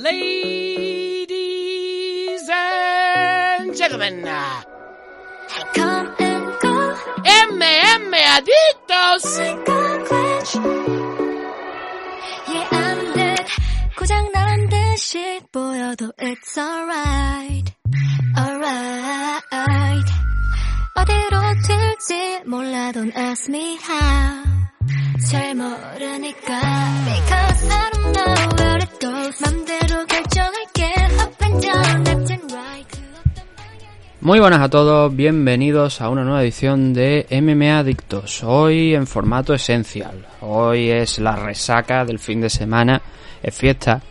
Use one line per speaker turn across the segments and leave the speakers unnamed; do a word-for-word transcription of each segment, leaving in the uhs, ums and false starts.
Ladies and gentlemen,
Come and go.
M M Adictos.
Yeah, I'm dead. 고장 난 듯이 보여도 it's alright, alright. 어디로 튈지 몰라 don't ask me how. 잘 모르니까 because I don't know where it goes. 맘대로 결정할게 up and down, left and right.
Muy buenas a todos, bienvenidos a una nueva edición de M M A Adictos. Hoy en formato esencial. Hoy es la resaca del fin de semana, es fiesta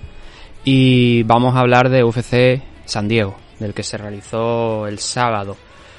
y vamos a hablar de U F C San Diego, del que se realizó el sábado.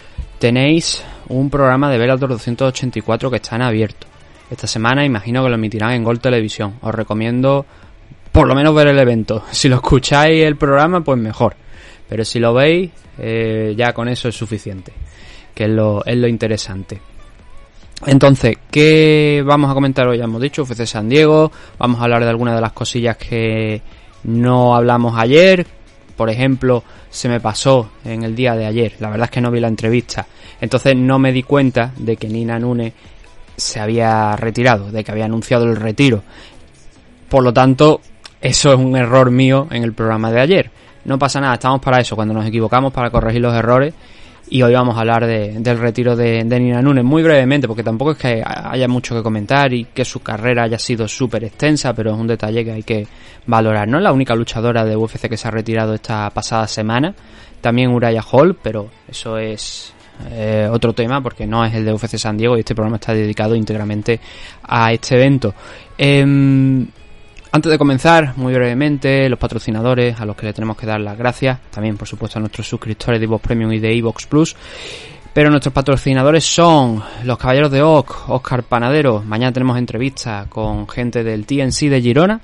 Tenéis un programa de Bellator doscientos ochenta y cuatro que está en abierto. Esta semana imagino que lo emitirán en Gol Televisión. Os recomiendo por lo menos ver el evento. Si lo escucháis el programa, pues mejor. Pero si lo veis, eh, ya con eso es suficiente. Que es lo, es lo interesante. Entonces, ¿qué vamos a comentar hoy? Ya hemos dicho, U F C San Diego. Vamos a hablar de algunas de las cosillas que no hablamos ayer. Por ejemplo, se me pasó en el día de ayer. La verdad es que no vi la entrevista. Entonces no me di cuenta de que Nina Nunes se había retirado, de que había anunciado el retiro. Por lo tanto, eso es un error mío en el programa de ayer. No pasa nada, estamos para eso, cuando nos equivocamos, para corregir los errores. Y hoy vamos a hablar de, del retiro de, de Nina Nunes, muy brevemente, porque tampoco es que haya mucho que comentar y que su carrera haya sido súper extensa, pero es un detalle que hay que valorar. No es la única luchadora de U F C que se ha retirado esta pasada semana, también Uriah Hall, pero eso es eh, otro tema, porque no es el de U F C San Diego y este programa está dedicado íntegramente a este evento. Eh, Antes de comenzar, muy brevemente, los patrocinadores a los que le tenemos que dar las gracias, también por supuesto a nuestros suscriptores de iVoox Premium y de iVoox Plus, pero nuestros patrocinadores son los Caballeros de O C, Óscar Panadero. Mañana tenemos entrevistas con gente del T N C de Girona,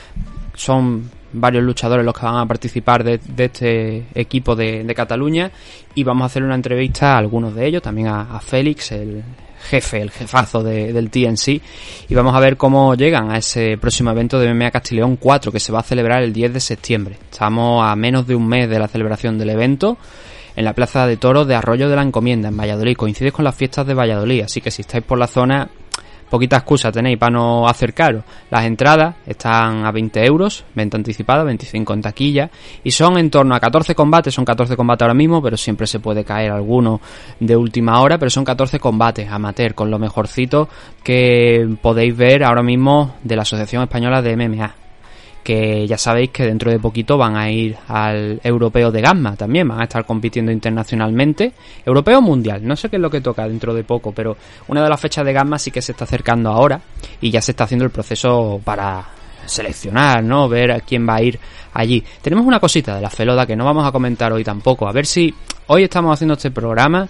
son varios luchadores los que van a participar de, de este equipo de, de Cataluña, y vamos a hacer una entrevista a algunos de ellos, también a, a Félix, el jefe, el jefazo de, del T N C, y vamos a ver cómo llegan a ese próximo evento de M M A Castileón cuatro que se va a celebrar el diez de septiembre. Estamos a menos de un mes de la celebración del evento en la Plaza de Toros de Arroyo de la Encomienda, en Valladolid. Coincide con las fiestas de Valladolid, así que si estáis por la zona, poquita excusa tenéis para no acercaros. Las entradas están a veinte euros, venta anticipada, veinticinco en taquilla, y son en torno a catorce combates. Son catorce combates ahora mismo, pero siempre se puede caer alguno de última hora, pero son catorce combates amateur, con lo mejorcito que podéis ver ahora mismo de la Asociación Española de M M A, que ya sabéis que dentro de poquito van a ir al europeo de Gamma también, van a estar compitiendo internacionalmente, europeo mundial, no sé qué es lo que toca dentro de poco, pero una de las fechas de Gamma sí que se está acercando ahora y ya se está haciendo el proceso para seleccionar, ¿no? Ver a quién va a ir allí. Tenemos una cosita de la Feloda que no vamos a comentar hoy tampoco, a ver si hoy estamos haciendo este programa,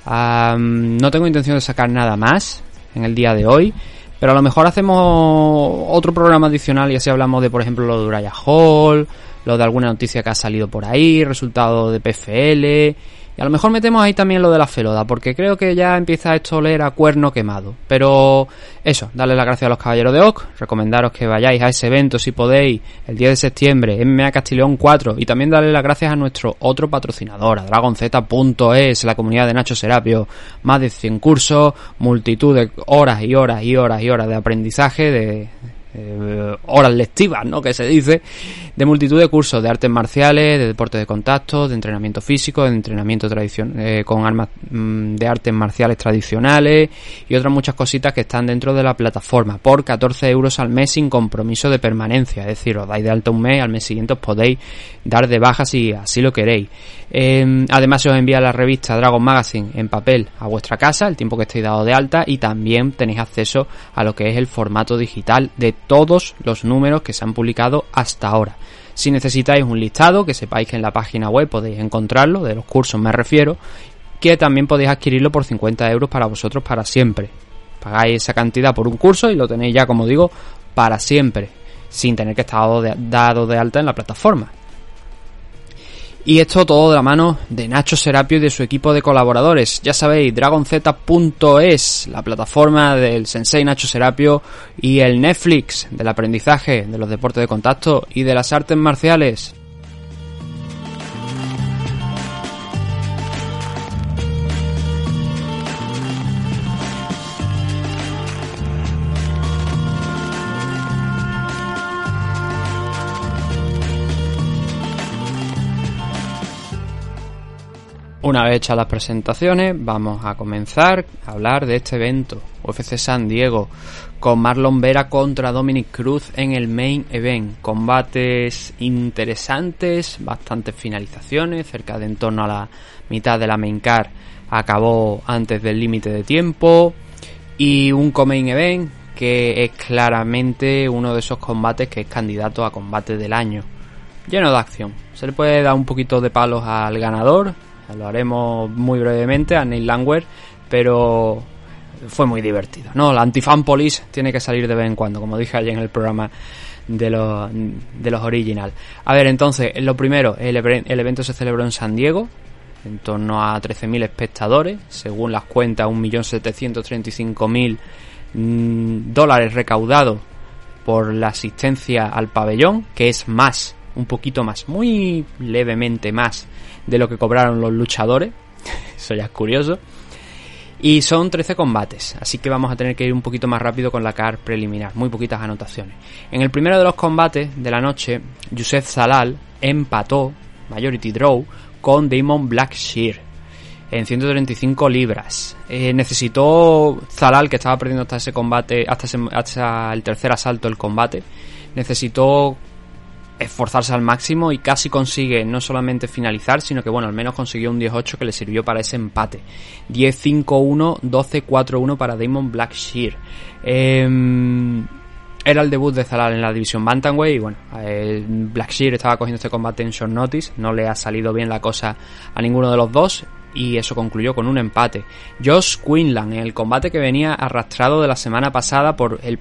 um, no tengo intención de sacar nada más en el día de hoy, pero a lo mejor hacemos otro programa adicional y así hablamos de, por ejemplo, lo de Uriah Hall, lo de alguna noticia que ha salido por ahí, resultado de P F L, y a lo mejor metemos ahí también lo de la Feloda, porque creo que ya empieza esto a oler a cuerno quemado. Pero eso, darle las gracias a los Caballeros de O C, recomendaros que vayáis a ese evento si podéis, el diez de septiembre, M M A Castileón cuatro, y también darle las gracias a nuestro otro patrocinador, a Dragon Z punto es, la comunidad de Nacho Serapio, más de cien cursos, multitud de horas y horas y horas y horas de aprendizaje, de Eh, horas lectivas, ¿no? Que se dice, de multitud de cursos de artes marciales, de deportes de contacto, de entrenamiento físico, de entrenamiento tradicion- eh, con armas mmm, de artes marciales tradicionales y otras muchas cositas que están dentro de la plataforma por catorce euros al mes sin compromiso de permanencia. Es decir, os dais de alta un mes, al mes siguiente os podéis dar de baja si así lo queréis. Eh, además se os envía la revista Dragon Magazine en papel a vuestra casa el tiempo que estéis dado de alta, y también tenéis acceso a lo que es el formato digital de todos los números que se han publicado hasta ahora. Si necesitáis un listado, que sepáis que en la página web podéis encontrarlo, de los cursos me refiero, que también podéis adquirirlo por cincuenta euros para vosotros para siempre. Pagáis esa cantidad por un curso y lo tenéis ya, como digo, para siempre, sin tener que estar dado de, dado de alta en la plataforma. Y esto todo de la mano de Nacho Serapio y de su equipo de colaboradores. Ya sabéis, dragon z punto es, la plataforma del sensei Nacho Serapio y el Netflix del aprendizaje, de los deportes de contacto y de las artes marciales. Una vez hechas las presentaciones, vamos a comenzar a hablar de este evento, U F C San Diego, con Marlon Vera contra Dominick Cruz en el Main Event. Combates interesantes, bastantes finalizaciones, cerca de en torno a la mitad de la Main Card acabó antes del límite de tiempo, y un Co-Main Event que es claramente uno de esos combates que es candidato a combate del año. Lleno de acción, se le puede dar un poquito de palos al ganador. Lo haremos muy brevemente a Neil Landwehr, pero fue muy divertido, ¿no? La Anti-Fan Police tiene que salir de vez en cuando, como dije ayer en el programa de los, de los Original. A ver, entonces, lo primero, el, el evento se celebró en San Diego, en torno a trece mil espectadores, según las cuentas un millón setecientos treinta y cinco mil mmm, dólares recaudados por la asistencia al pabellón, que es más, un poquito más, muy levemente más de lo que cobraron los luchadores. Eso ya es curioso. Y son trece combates, así que vamos a tener que ir un poquito más rápido con la card preliminar, muy poquitas anotaciones. En el primero de los combates de la noche, Youssef Zalal empató, majority draw, con Damon Blackshear en ciento treinta y cinco libras. Eh, necesitó Zalal, que estaba perdiendo hasta ese combate, hasta, ese, hasta el tercer asalto del combate, necesitó esforzarse al máximo y casi consigue no solamente finalizar, sino que bueno, al menos consiguió un diez ocho que le sirvió para ese empate. diez cinco uno, doce cuatro uno para Damon Blackshear. Eh, era el debut de Zalal en la división Bantamweight y bueno, eh, Blackshear estaba cogiendo este combate en short notice, no le ha salido bien la cosa a ninguno de los dos y eso concluyó con un empate. Josh Quinlan, en el combate que venía arrastrado de la semana pasada por el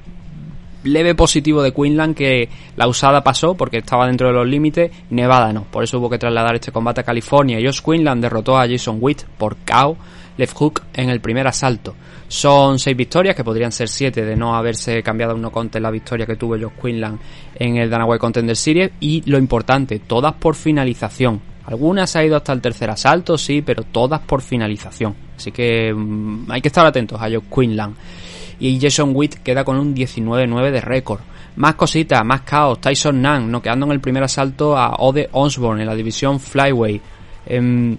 leve positivo de Quinlan, que la usada pasó porque estaba dentro de los límites, Nevada no, por eso hubo que trasladar este combate a California. Josh Quinlan derrotó a Jason Witt por K O left hook en el primer asalto. Son seis victorias, que podrían ser siete de no haberse cambiado a un no contest la victoria que tuvo Josh Quinlan en el Dana White Contender Series, y lo importante, todas por finalización. Algunas ha ido hasta el tercer asalto, sí, pero todas por finalización, así que mmm, hay que estar atentos a Josh Quinlan. Y Jason Witt queda con un diecinueve nueve de récord. Más cositas, más caos. Tyson Nam noqueando en el primer asalto a Ode Osborne en la división Flyweight. Eh,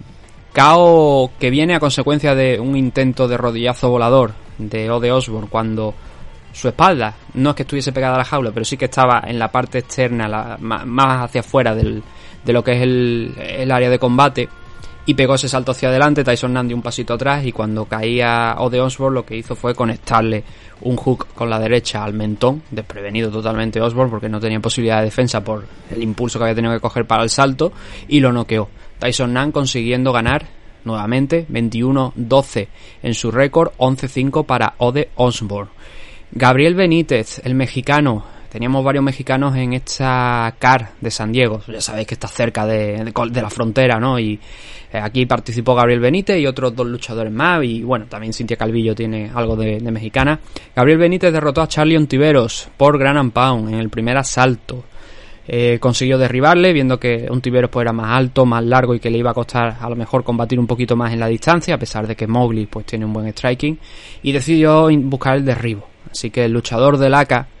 caos que viene a consecuencia de un intento de rodillazo volador de Ode Osborne cuando su espalda, no es que estuviese pegada a la jaula, pero sí que estaba en la parte externa, la, más hacia afuera del, de lo que es el, el área de combate. Y pegó ese salto hacia adelante, Tyson Nam dio un pasito atrás y cuando caía Ode Osborne lo que hizo fue conectarle un hook con la derecha al mentón, desprevenido totalmente Osborne porque no tenía posibilidad de defensa por el impulso que había tenido que coger para el salto, y lo noqueó. Tyson Nam consiguiendo ganar nuevamente veintiuno doce en su récord, once cinco para Ode Osborne. Gabriel Benítez, el mexicano. Teníamos varios mexicanos en esta card de San Diego. Ya sabéis que está cerca de, de, de la frontera, ¿no? Y eh, aquí participó Gabriel Benítez y otros dos luchadores más. Y bueno, también Cintia Calvillo tiene algo de, de mexicana. Gabriel Benítez derrotó a Charlie Ontiveros por Ground and Pound en el primer asalto. Eh, consiguió derribarle, viendo que Ontiveros pues era más alto, más largo y que le iba a costar a lo mejor combatir un poquito más en la distancia, a pesar de que Mowgli pues tiene un buen striking. Y decidió buscar el derribo. Así que el luchador del A C A,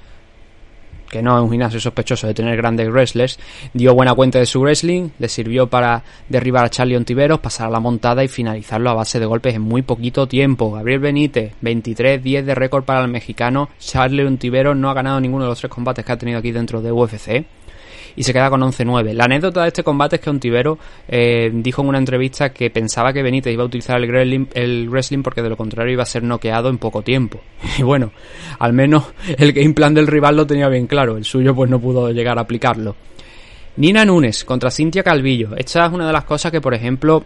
que no es un gimnasio sospechoso de tener grandes wrestlers, dio buena cuenta de su wrestling, le sirvió para derribar a Charlie Ontiveros, pasar a la montada y finalizarlo a base de golpes en muy poquito tiempo. Gabriel Benítez, veintitrés diez de récord para el mexicano. Charlie Ontiveros no ha ganado ninguno de los tres combates que ha tenido aquí dentro de U F C y se queda con once nueve. La anécdota de este combate es que Ontiveros eh, dijo en una entrevista que pensaba que Benítez iba a utilizar el wrestling, el wrestling porque de lo contrario iba a ser noqueado en poco tiempo. Y bueno, al menos el game plan del rival lo tenía bien claro, el suyo pues no pudo llegar a aplicarlo. Nina Nunes contra Cintia Calvillo. Esta es una de las cosas que, por ejemplo,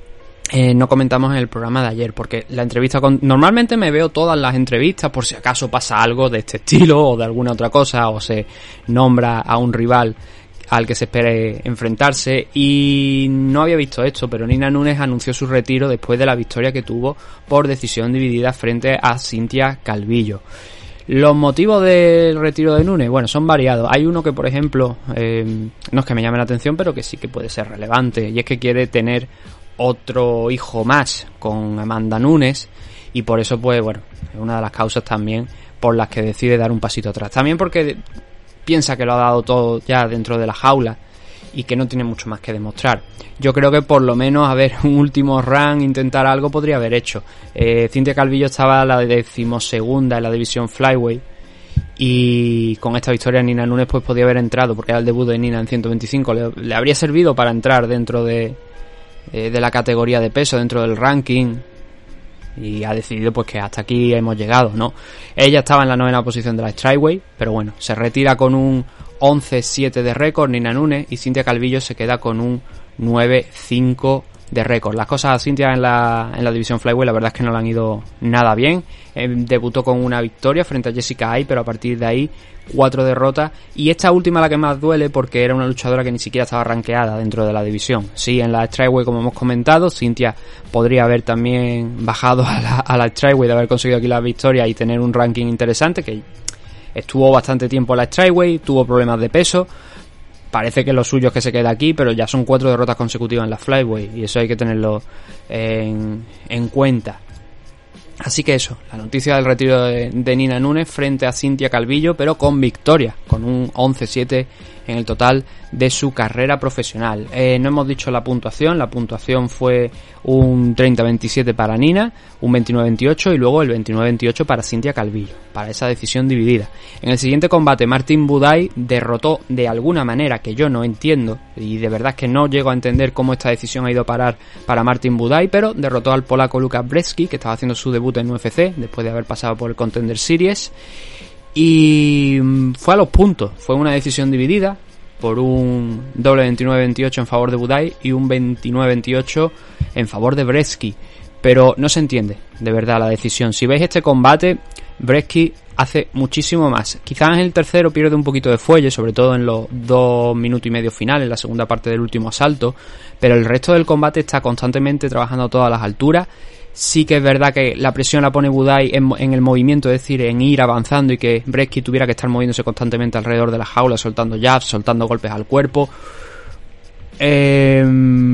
eh, no comentamos en el programa de ayer, porque la entrevista con... Normalmente me veo todas las entrevistas por si acaso pasa algo de este estilo o de alguna otra cosa, o se nombra a un rival al que se espere enfrentarse, y no había visto esto, pero Nina Nunes anunció su retiro después de la victoria que tuvo por decisión dividida frente a Cynthia Calvillo. Los motivos del retiro de Nunes, bueno, son variados. Hay uno que, por ejemplo, eh, no es que me llame la atención, pero que sí que puede ser relevante, y es que quiere tener otro hijo más con Amanda Nunes, y por eso, pues bueno, es una de las causas también por las que decide dar un pasito atrás. También porque piensa que lo ha dado todo ya dentro de la jaula y que no tiene mucho más que demostrar. Yo creo que por lo menos, a ver, un último run, intentar algo podría haber hecho. Eh, Cynthia Calvillo estaba a la decimosegunda en la división Flyweight, y con esta victoria Nina Nunes pues podía haber entrado, porque era el debut de Nina en ciento veinticinco, le, le habría servido para entrar dentro de, eh, de la categoría de peso, dentro del ranking, y ha decidido pues que hasta aquí hemos llegado, ¿no? Ella estaba en la novena posición de la Strawweight, pero bueno, se retira con un once siete de récord Nina Nunes, y Cynthia Calvillo se queda con un nueve cinco de récord. Las cosas a Cynthia en la, en la división Flyweight la verdad es que no le han ido nada bien. Eh, debutó con una victoria frente a Jessica Eye, pero a partir de ahí cuatro derrotas, y esta última la que más duele porque era una luchadora que ni siquiera estaba rankeada dentro de la división. Sí, en la Strawweight, como hemos comentado, Cynthia podría haber también bajado a la, a la Strawweight, de haber conseguido aquí la victoria y tener un ranking interesante, que estuvo bastante tiempo en la Strawweight, tuvo problemas de peso. Parece que lo suyo es que se quede aquí, pero ya son cuatro derrotas consecutivas en la Flyweight, y eso hay que tenerlo en, en cuenta. Así que eso, la noticia del retiro de, de Nina Nunes frente a Cynthia Calvillo, pero con victoria, con un once siete en el total de su carrera profesional. Eh, no hemos dicho la puntuación, la puntuación fue un treinta veintisiete para Nina, un veintinueve veintiocho y luego el veintinueve veintiocho para Cynthia Calvillo, para esa decisión dividida. En el siguiente combate, Martin Buday derrotó de alguna manera que yo no entiendo, y de verdad es que no llego a entender cómo esta decisión ha ido a parar para Martin Buday, pero derrotó al polaco Lukas Brecki, que estaba haciendo su debut en U F C después de haber pasado por el Contender Series, y fue a los puntos. Fue una decisión dividida por un doble veintinueve veintiocho en favor de Buday y un veintinueve veintiocho en favor de Brecki, pero no se entiende de verdad la decisión. Si veis este combate, Brecki hace muchísimo más. Quizás en el tercero pierde un poquito de fuelle, sobre todo en los dos minutos y medio finales, en la segunda parte del último asalto, pero el resto del combate está constantemente trabajando a todas las alturas. Sí que es verdad que la presión la pone Buday en, en el movimiento, es decir, en ir avanzando, y que Brecki tuviera que estar moviéndose constantemente alrededor de la jaula, soltando jabs, soltando golpes al cuerpo. Eh,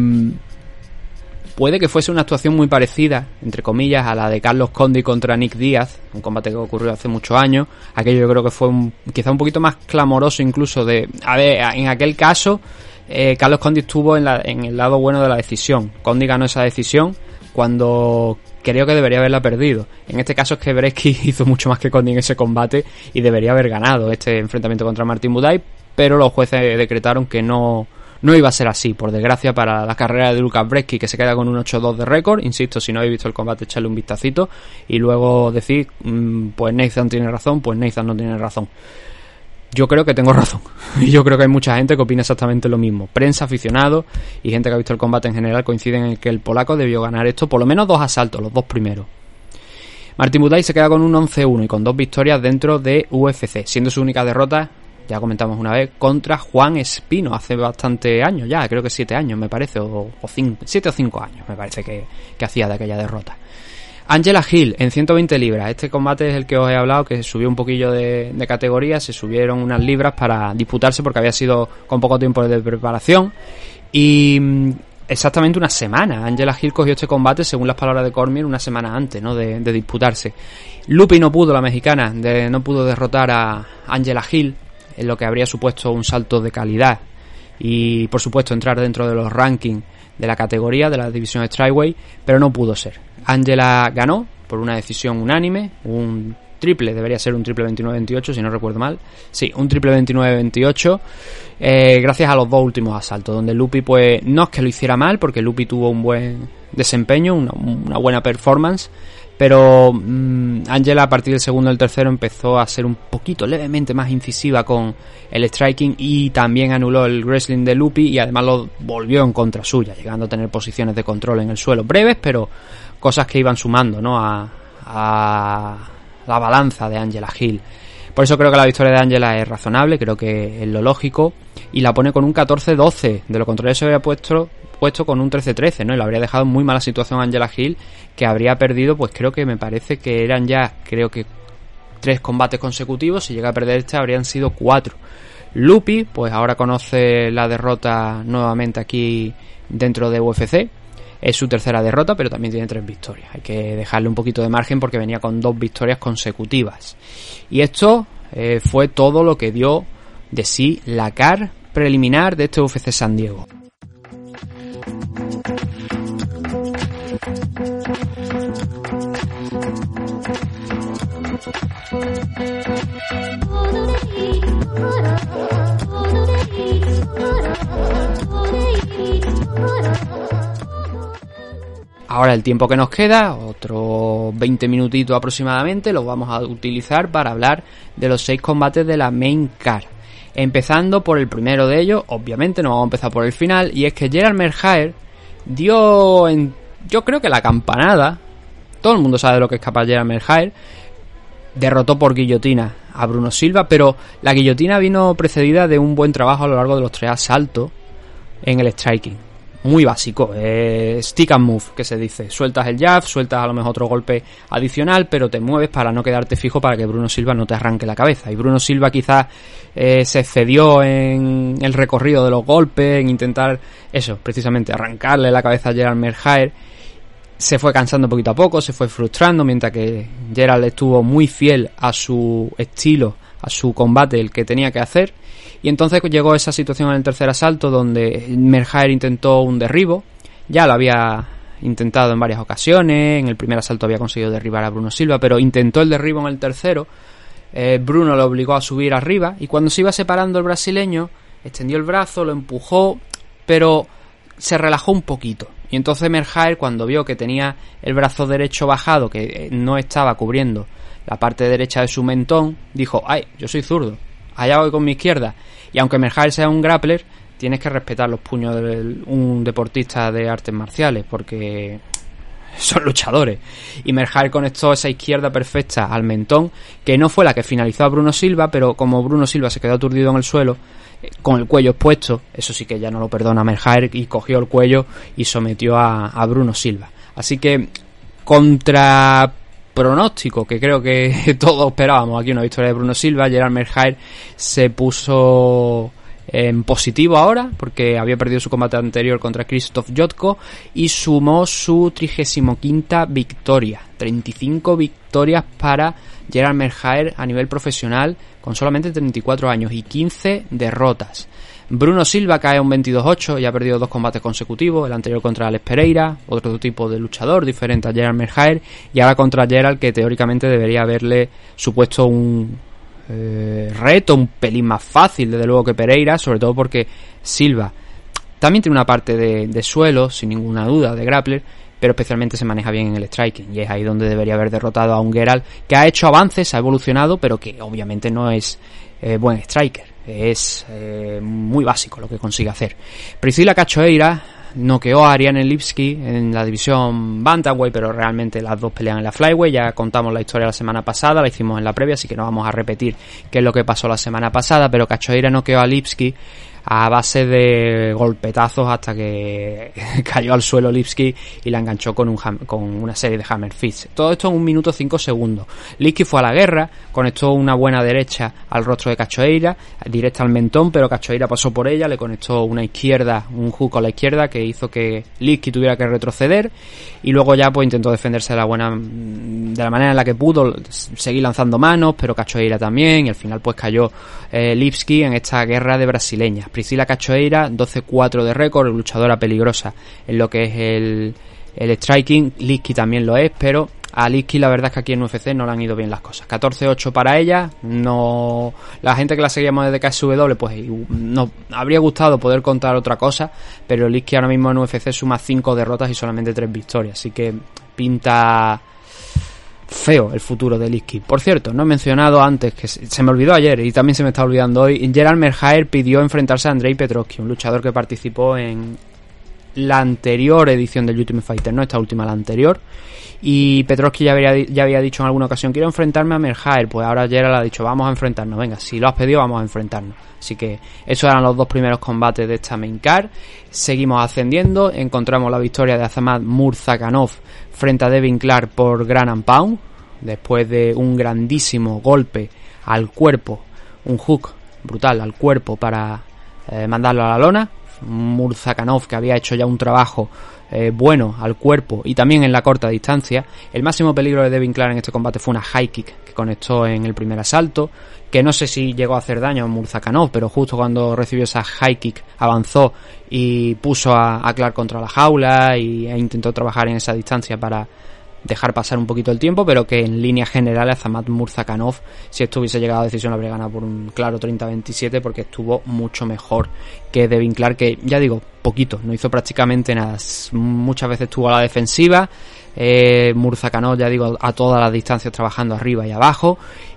puede que fuese una actuación muy parecida, entre comillas, a la de Carlos Condit contra Nick Diaz, un combate que ocurrió hace muchos años. Aquello yo creo que fue un, quizá un poquito más clamoroso incluso de... A ver, en aquel caso, eh, Carlos Condit estuvo en, la, en el lado bueno de la decisión. Condit ganó esa decisión cuando creo que debería haberla perdido. En este caso es que Brecki hizo mucho más que Condit en ese combate y debería haber ganado este enfrentamiento contra Martin Buday, pero los jueces decretaron que no, no iba a ser así, por desgracia para la carrera de Lukas Brecki, que se queda con un ocho dos de récord. Insisto, si no habéis visto el combate, echadle un vistacito y luego decir, mmm, pues Nathan tiene razón, pues Nathan no tiene razón. Yo creo que tengo razón, y yo creo que hay mucha gente que opina exactamente lo mismo. Prensa, aficionados y gente que ha visto el combate en general coinciden en que el polaco debió ganar esto, por lo menos dos asaltos, los dos primeros. Martin Buday se queda con un once uno y con dos victorias dentro de U F C, siendo su única derrota, ya comentamos una vez, contra Juan Espino, hace bastante años ya, creo que siete años me parece, o, o cinco, siete o cinco años me parece que, que hacía de aquella derrota. Angela Hill en ciento veinte libras. Este combate es el que os he hablado, que subió un poquillo de, de categoría, se subieron unas libras para disputarse porque había sido con poco tiempo de preparación, y exactamente una semana. Angela Hill cogió este combate, según las palabras de Cormier, una semana antes, ¿no?, de, de disputarse. Lupi no pudo, la mexicana, de, no pudo derrotar a Angela Hill, en lo que habría supuesto un salto de calidad y por supuesto entrar dentro de los rankings de la categoría de la división Strawweight, pero no pudo ser. Angela ganó por una decisión unánime, un triple, debería ser un triple veintinueve veintiocho si no recuerdo mal, sí, un triple veintinueve veintiocho, eh, gracias a los dos últimos asaltos, donde Lupi pues no es que lo hiciera mal, porque Lupi tuvo un buen desempeño, una, una buena performance, pero mmm, Angela a partir del segundo y el tercero empezó a ser un poquito levemente más incisiva con el striking, y también anuló el wrestling de Lupi y además lo volvió en contra suya, llegando a tener posiciones de control en el suelo breves, pero cosas que iban sumando, ¿no?, a, a la balanza de Angela Hill. Por Por eso creo que la victoria de Angela es razonable, creo que es lo lógico, y la pone con un catorce doce. De lo contrario se habría puesto, puesto con un trece trece, ¿no? Y la habría dejado en muy mala situación a Angela Hill, que habría perdido, pues creo que me parece que eran ya, creo que tres combates consecutivos. Si llega a perder este habrían sido cuatro. Lupi, pues ahora conoce la derrota nuevamente aquí dentro de U F C. Es su tercera derrota, pero también tiene tres victorias. Hay que dejarle un poquito de margen porque venía con dos victorias consecutivas. Y esto eh, fue todo lo que dio de sí la car preliminar de este U F C San Diego. Ahora el tiempo que nos queda, otros veinte minutitos aproximadamente, los vamos a utilizar para hablar de los seis combates de la main card. Empezando por el primero de ellos, obviamente no vamos a empezar por el final, y es que Gerald Meerschaert dio, en, yo creo que la campanada. Todo el mundo sabe de lo que es capaz Gerald Meerschaert. Derrotó por guillotina a Bruno Silva, pero la guillotina vino precedida de un buen trabajo a lo largo de los tres asaltos en el striking. Muy básico, eh, stick and move, que se dice. Sueltas el jab, sueltas a lo mejor otro golpe adicional, pero te mueves para no quedarte fijo, para que Bruno Silva no te arranque la cabeza. Y Bruno Silva quizás eh, se excedió en el recorrido de los golpes, en intentar eso, precisamente arrancarle la cabeza a Gerald Meerschaert. Se fue cansando poquito a poco, se fue frustrando, mientras que Gerald estuvo muy fiel a su estilo, a su combate, el que tenía que hacer. Y entonces llegó esa situación en el tercer asalto donde Meerschaert intentó un derribo. Ya lo había intentado en varias ocasiones. En el primer asalto había conseguido derribar a Bruno Silva, pero intentó el derribo en el tercero. eh, Bruno lo obligó a subir arriba, y cuando se iba separando el brasileño, extendió el brazo, lo empujó, pero se relajó un poquito. Y entonces Meerschaert, cuando vio que tenía el brazo derecho bajado, que no estaba cubriendo la parte derecha de su mentón, dijo: ay, yo soy zurdo, allá voy con mi izquierda. Y aunque Meerschaert sea un grappler, tienes que respetar los puños de un deportista de artes marciales, porque son luchadores. Y Meerschaert conectó esa izquierda perfecta al mentón, que no fue la que finalizó a Bruno Silva, pero como Bruno Silva se quedó aturdido en el suelo, con el cuello expuesto, eso sí que ya no lo perdona Meerschaert, y cogió el cuello y sometió a, a Bruno Silva. Así que, contra pronóstico, que creo que todos esperábamos aquí una victoria de Bruno Silva, Gerald Meerschaert se puso en positivo ahora, porque había perdido su combate anterior contra Krzysztof Jotko, y sumó su trigésima quinta victoria. treinta y cinco victorias para Gerald Meerschaert a nivel profesional, con solamente treinta y cuatro años y quince derrotas. Bruno Silva cae a un veintidós ocho y ha perdido dos combates consecutivos, el anterior contra Alex Pereira, otro tipo de luchador diferente a Gerald Meerschaert, y ahora contra Gerald, que teóricamente debería haberle supuesto un eh, reto un pelín más fácil, desde luego, que Pereira, sobre todo porque Silva también tiene una parte de, de suelo, sin ninguna duda, de grappler, pero especialmente se maneja bien en el striking, y es ahí donde debería haber derrotado a un Gerald que ha hecho avances, ha evolucionado, pero que obviamente no es eh, buen striker. Es eh, muy básico lo que consigue hacer. Priscila Cachoeira noqueó a Ariane Lipski en la división Bantamweight, pero realmente las dos pelean en la Flyweight. Ya contamos la historia la semana pasada, la hicimos en la previa, así que no vamos a repetir qué es lo que pasó la semana pasada, pero Cachoeira noqueó a Lipski a base de golpetazos hasta que cayó al suelo Lipski y la enganchó con, un ham- con una serie de hammer fists. Todo esto en un minuto cinco segundos. Lipski fue a la guerra, conectó una buena derecha al rostro de Cachoeira, directa al mentón, pero Cachoeira pasó por ella, le conectó una izquierda, un hook a la izquierda que hizo que Lipski tuviera que retroceder, y luego ya pues intentó defenderse de la buena, de la manera en la que pudo, seguir lanzando manos, pero Cachoeira también, y al final pues cayó eh, Lipski en esta guerra de brasileñas. Priscila Cachoeira, doce cuatro de récord, luchadora peligrosa en lo que es el, el striking. Lipski también lo es, pero a Lipski la verdad es que aquí en U F C no le han ido bien las cosas. catorce ocho para ella. No, la gente que la seguíamos desde K S W pues nos habría gustado poder contar otra cosa, pero Lipski ahora mismo en U F C suma cinco derrotas y solamente tres victorias, así que pinta feo el futuro de Lipski. Por cierto, no he mencionado antes, que se me olvidó ayer y también se me está olvidando hoy, Gerald Meerschaert pidió enfrentarse a Andrei Petrovsky, un luchador que participó en la anterior edición del Ultimate Fighter, no esta última, la anterior. Y Petrovsky ya había, ya había dicho en alguna ocasión, quiero enfrentarme a Merhaer. Pues ahora Gerald ha dicho, vamos a enfrentarnos, venga, si lo has pedido vamos a enfrentarnos. Así que esos eran los dos primeros combates de esta main card. Seguimos ascendiendo, encontramos la victoria de Azamat Murzakanov frente a Devin Clark por Ground and Pound, después de un grandísimo golpe al cuerpo, un hook brutal al cuerpo para eh, mandarlo a la lona. Murzakanov, que había hecho ya un trabajo eh, bueno al cuerpo y también en la corta distancia. El máximo peligro de Devin Clark en este combate fue una high kick que conectó en el primer asalto, que no sé si llegó a hacer daño a Murzakanov, pero justo cuando recibió esa high kick avanzó y puso a, a Clark contra la jaula y, e intentó trabajar en esa distancia para dejar pasar un poquito el tiempo, pero que en líneas generales Azamat Murzakanov, si esto hubiese llegado a decisión, lo habría ganado por un claro treinta a veintisiete, porque estuvo mucho mejor que Devin Clark, que ya digo, poquito, no hizo prácticamente nada, muchas veces estuvo a la defensiva. eh, Murzakanov, ya digo, a todas las distancias trabajando arriba y abajo,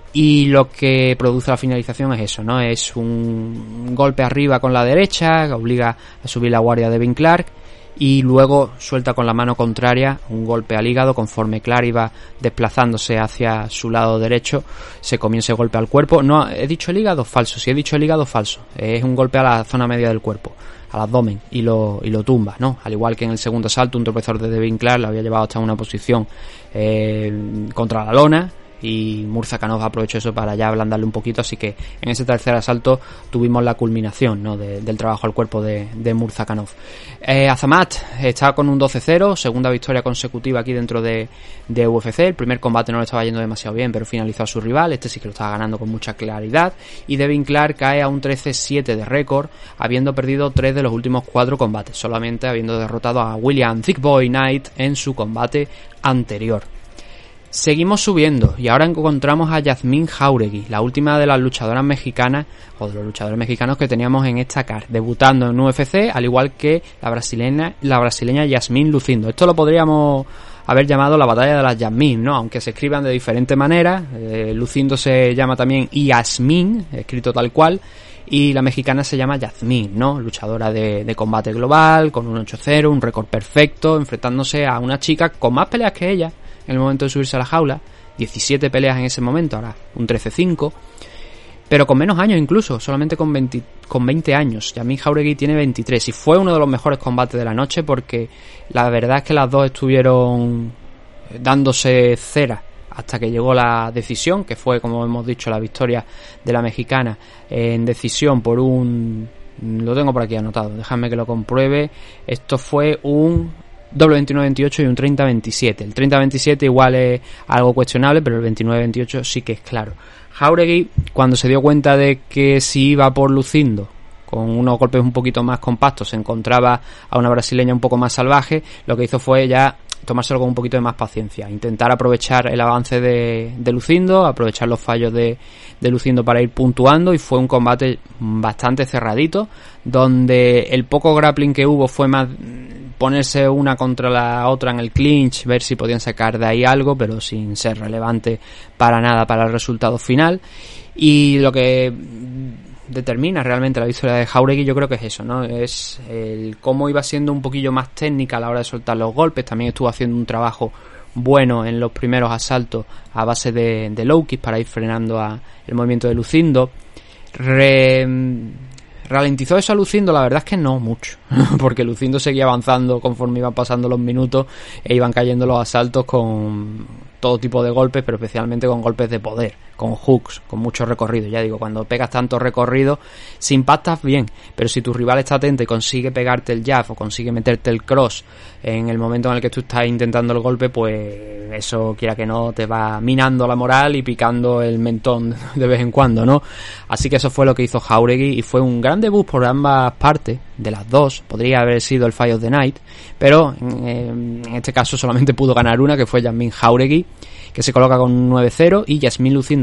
y lo que produce la finalización es eso, ¿no? Es un golpe arriba con la derecha que obliga a subir la guardia de Devin Clark, y luego suelta con la mano contraria un golpe al hígado. Conforme Clark iba desplazándose hacia su lado derecho, se comió ese golpe al cuerpo. No, he dicho el hígado, falso. Si he dicho el hígado, falso. Es un golpe a la zona media del cuerpo, al abdomen, y lo, y lo tumba, ¿no? Al igual que en el segundo asalto, un tropezador de Devin Clark lo había llevado hasta una posición eh, contra la lona, y Murzakanov aprovechó eso para ya ablandarle un poquito, así que en ese tercer asalto tuvimos la culminación, ¿no? de, del trabajo al cuerpo de, de Murzakanov. eh, Azamat está con un doce cero, segunda victoria consecutiva aquí dentro de, de U F C. El primer combate no le estaba yendo demasiado bien, pero finalizó a su rival, este sí que lo estaba ganando con mucha claridad, y Devin Clark cae a un trece siete de récord, habiendo perdido tres de los últimos cuatro combates, solamente habiendo derrotado a William Thick Boy Knight en su combate anterior. Seguimos subiendo y ahora encontramos a Yazmin Jauregui, la última de las luchadoras mexicanas, o de los luchadores mexicanos que teníamos en esta card, debutando en U F C, al igual que la brasileña, la brasileña Yasmin Lucindo. Esto lo podríamos haber llamado la batalla de las Yasmin, ¿no? Aunque se escriban de diferente manera. eh, Lucindo se llama también Yasmin, escrito tal cual, y la mexicana se llama Yazmin, ¿no? Luchadora de, de combate global, con un ocho cero, un récord perfecto, enfrentándose a una chica con más peleas que ella en el momento de subirse a la jaula, diecisiete peleas en ese momento, ahora un trece cinco, pero con menos años incluso, solamente con veinte, con veinte años. Yazmin Jauregui tiene veintitrés y fue uno de los mejores combates de la noche, porque la verdad es que las dos estuvieron dándose cera hasta que llegó la decisión, que fue, como hemos dicho, la victoria de la mexicana en decisión por un... lo tengo por aquí anotado, déjame que lo compruebe. Esto fue un doble veintinueve veintiocho y un treinta veintisiete. El treinta veintisiete igual es algo cuestionable, pero el veintinueve veintiocho sí que es claro. Jauregui, cuando se dio cuenta de que si iba por Lucindo con unos golpes un poquito más compactos, se encontraba a una brasileña un poco más salvaje, lo que hizo fue ya tomárselo con un poquito de más paciencia, intentar aprovechar el avance de, de Lucindo, aprovechar los fallos de, de Lucindo para ir puntuando, y fue un combate bastante cerradito, donde el poco grappling que hubo fue más ponerse una contra la otra en el clinch, ver si podían sacar de ahí algo, pero sin ser relevante para nada para el resultado final. Y lo que determina realmente la victoria de Jauregui, yo creo que es eso, ¿no? Es el cómo iba siendo un poquillo más técnica a la hora de soltar los golpes. También estuvo haciendo un trabajo bueno en los primeros asaltos a base de, de low kicks para ir frenando a el movimiento de Lucindo. Re, ralentizó eso a Lucindo, la verdad es que no mucho, porque Lucindo seguía avanzando conforme iban pasando los minutos e iban cayendo los asaltos con todo tipo de golpes, pero especialmente con golpes de poder, con hooks, con mucho recorrido. Ya digo, cuando pegas tanto recorrido, si impactas bien, pero si tu rival está atento y consigue pegarte el jab o consigue meterte el cross en el momento en el que tú estás intentando el golpe, pues eso, quiera que no, te va minando la moral y picando el mentón de vez en cuando, ¿no? Así que eso fue lo que hizo Jauregui, y fue un gran debut por ambas partes, de las dos. Podría haber sido el Fight of the Night, pero eh, en este caso solamente pudo ganar una, que fue Yazmin Jauregui, que se coloca con nueve cero, y Yasmin Lucindo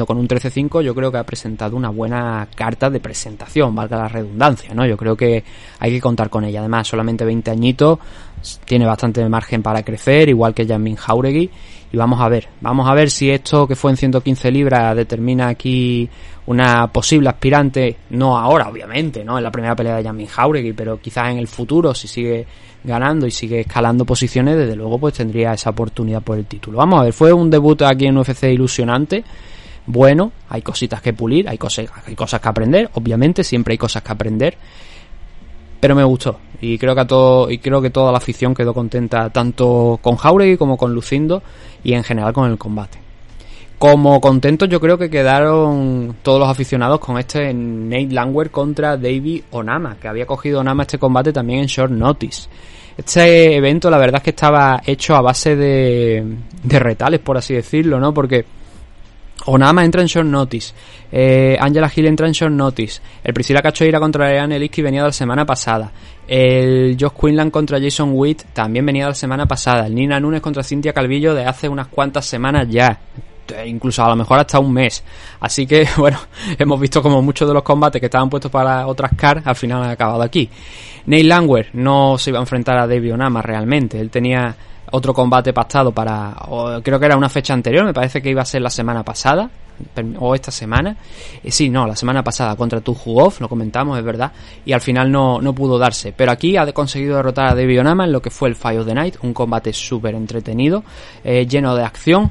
perdiendo con un trece cinco, yo creo que ha presentado una buena carta de presentación, valga la redundancia, ¿no? Yo creo que hay que contar con ella. Además, solamente veinte añitos, tiene bastante margen para crecer, igual que Jasmine Jauregui. Y vamos a ver, vamos a ver si esto que fue en ciento quince libras determina aquí una posible aspirante, no ahora obviamente, no en la primera pelea de Jasmine Jauregui, pero quizás en el futuro, si sigue ganando y sigue escalando posiciones, desde luego pues tendría esa oportunidad por el título. Vamos a ver, fue un debut aquí en U F C ilusionante, bueno, hay cositas que pulir, hay cosas, hay cosas que aprender, obviamente siempre hay cosas que aprender, pero me gustó y creo que a todo y creo que toda la afición quedó contenta tanto con Jauregui como con Lucindo y en general con el combate. Como contentos yo creo que quedaron todos los aficionados con este Nate Landwehr contra David Onama, que había cogido Onama este combate también en short notice. Este evento la verdad es que estaba hecho a base de, de retales, por así decirlo, ¿no? Porque Onama entra en short notice, eh, Angela Hill entra en short notice, el Priscilla Cachoeira contra Ariane Liski venía de la semana pasada, el Josh Quinlan contra Jason Witt también venía de la semana pasada, el Nina Nunes contra Cintia Calvillo de hace unas cuantas semanas ya, incluso a lo mejor hasta un mes. Así que bueno, hemos visto como muchos de los combates que estaban puestos para otras cars al final han acabado aquí. Nate Landwehr no se iba a enfrentar a David Onama realmente, él tenía otro combate pactado para, o creo que era una fecha anterior, me parece que iba a ser la semana pasada o esta semana, eh, sí, no, la semana pasada contra Tu Hugov, lo comentamos, es verdad, y al final no, no pudo darse, pero aquí ha conseguido derrotar a David Onama en lo que fue el Fight of the Night, un combate súper entretenido, eh, lleno de acción,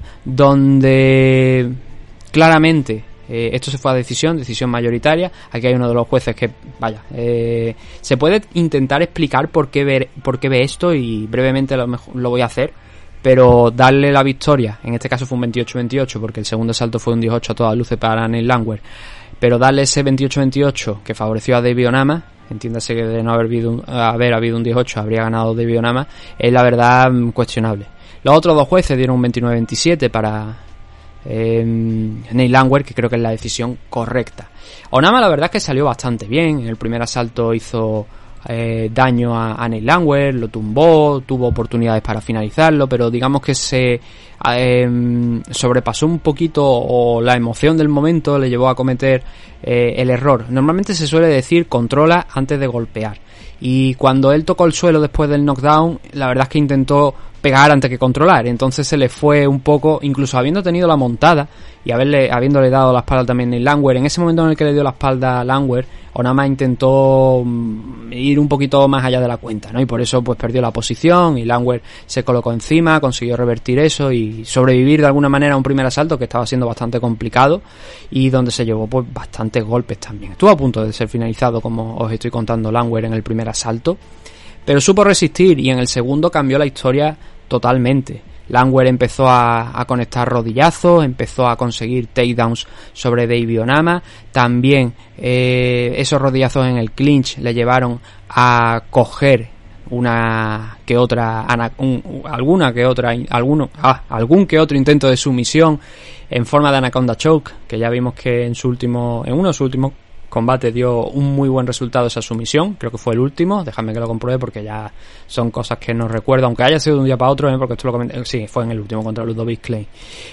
donde claramente Eh, esto se fue a decisión, decisión mayoritaria. Aquí hay uno de los jueces que, vaya, eh, se puede intentar explicar por qué ver, por qué ve esto y brevemente lo, mejor, lo voy a hacer, pero darle la victoria, en este caso fue un veintiocho veintiocho porque el segundo salto fue un dieciocho a todas luces para Nate Landwehr, pero darle ese veintiocho veintiocho que favoreció a David Onama, entiéndase que de no haber habido un, haber habido un dieciocho habría ganado David Onama, es la verdad cuestionable. Los otros dos jueces dieron un veintinueve veintisiete para Eh, Nate Landwehr, que creo que es la decisión correcta. Onama la verdad es que salió bastante bien. En el primer asalto hizo eh, daño a, a Nate Landwehr, lo tumbó, tuvo oportunidades para finalizarlo, pero digamos que se eh, sobrepasó un poquito, o la emoción del momento le llevó a cometer eh, el error. Normalmente se suele decir controla antes de golpear, y cuando él tocó el suelo después del knockdown, la verdad es que intentó pegar antes que controlar, entonces se le fue un poco, incluso habiendo tenido la montada y haberle, habiéndole dado la espalda también a Landwehr, en ese momento en el que le dio la espalda a Landwehr, Onama intentó ir un poquito más allá de la cuenta, ¿no? Y por eso pues perdió la posición y Landwehr se colocó encima, consiguió revertir eso y sobrevivir de alguna manera a un primer asalto que estaba siendo bastante complicado y donde se llevó pues bastantes golpes también. Estuvo a punto de ser finalizado, como os estoy contando, Landwehr en el primer asalto, pero supo resistir y en el segundo cambió la historia totalmente. Landwehr empezó a, a conectar rodillazos, empezó a conseguir takedowns sobre David Onama, también eh, esos rodillazos en el clinch le llevaron a coger una que otra ana, un, alguna que otra alguno ah, algún que otro intento de sumisión en forma de anaconda choke, que ya vimos que en su último en uno de sus últimos combate dio un muy buen resultado esa sumisión, creo que fue el último, déjame que lo compruebe porque ya son cosas que no recuerdo, aunque haya sido de un día para otro, ¿eh? Porque esto lo comenté, sí, fue en el último contra Ludovic Klein.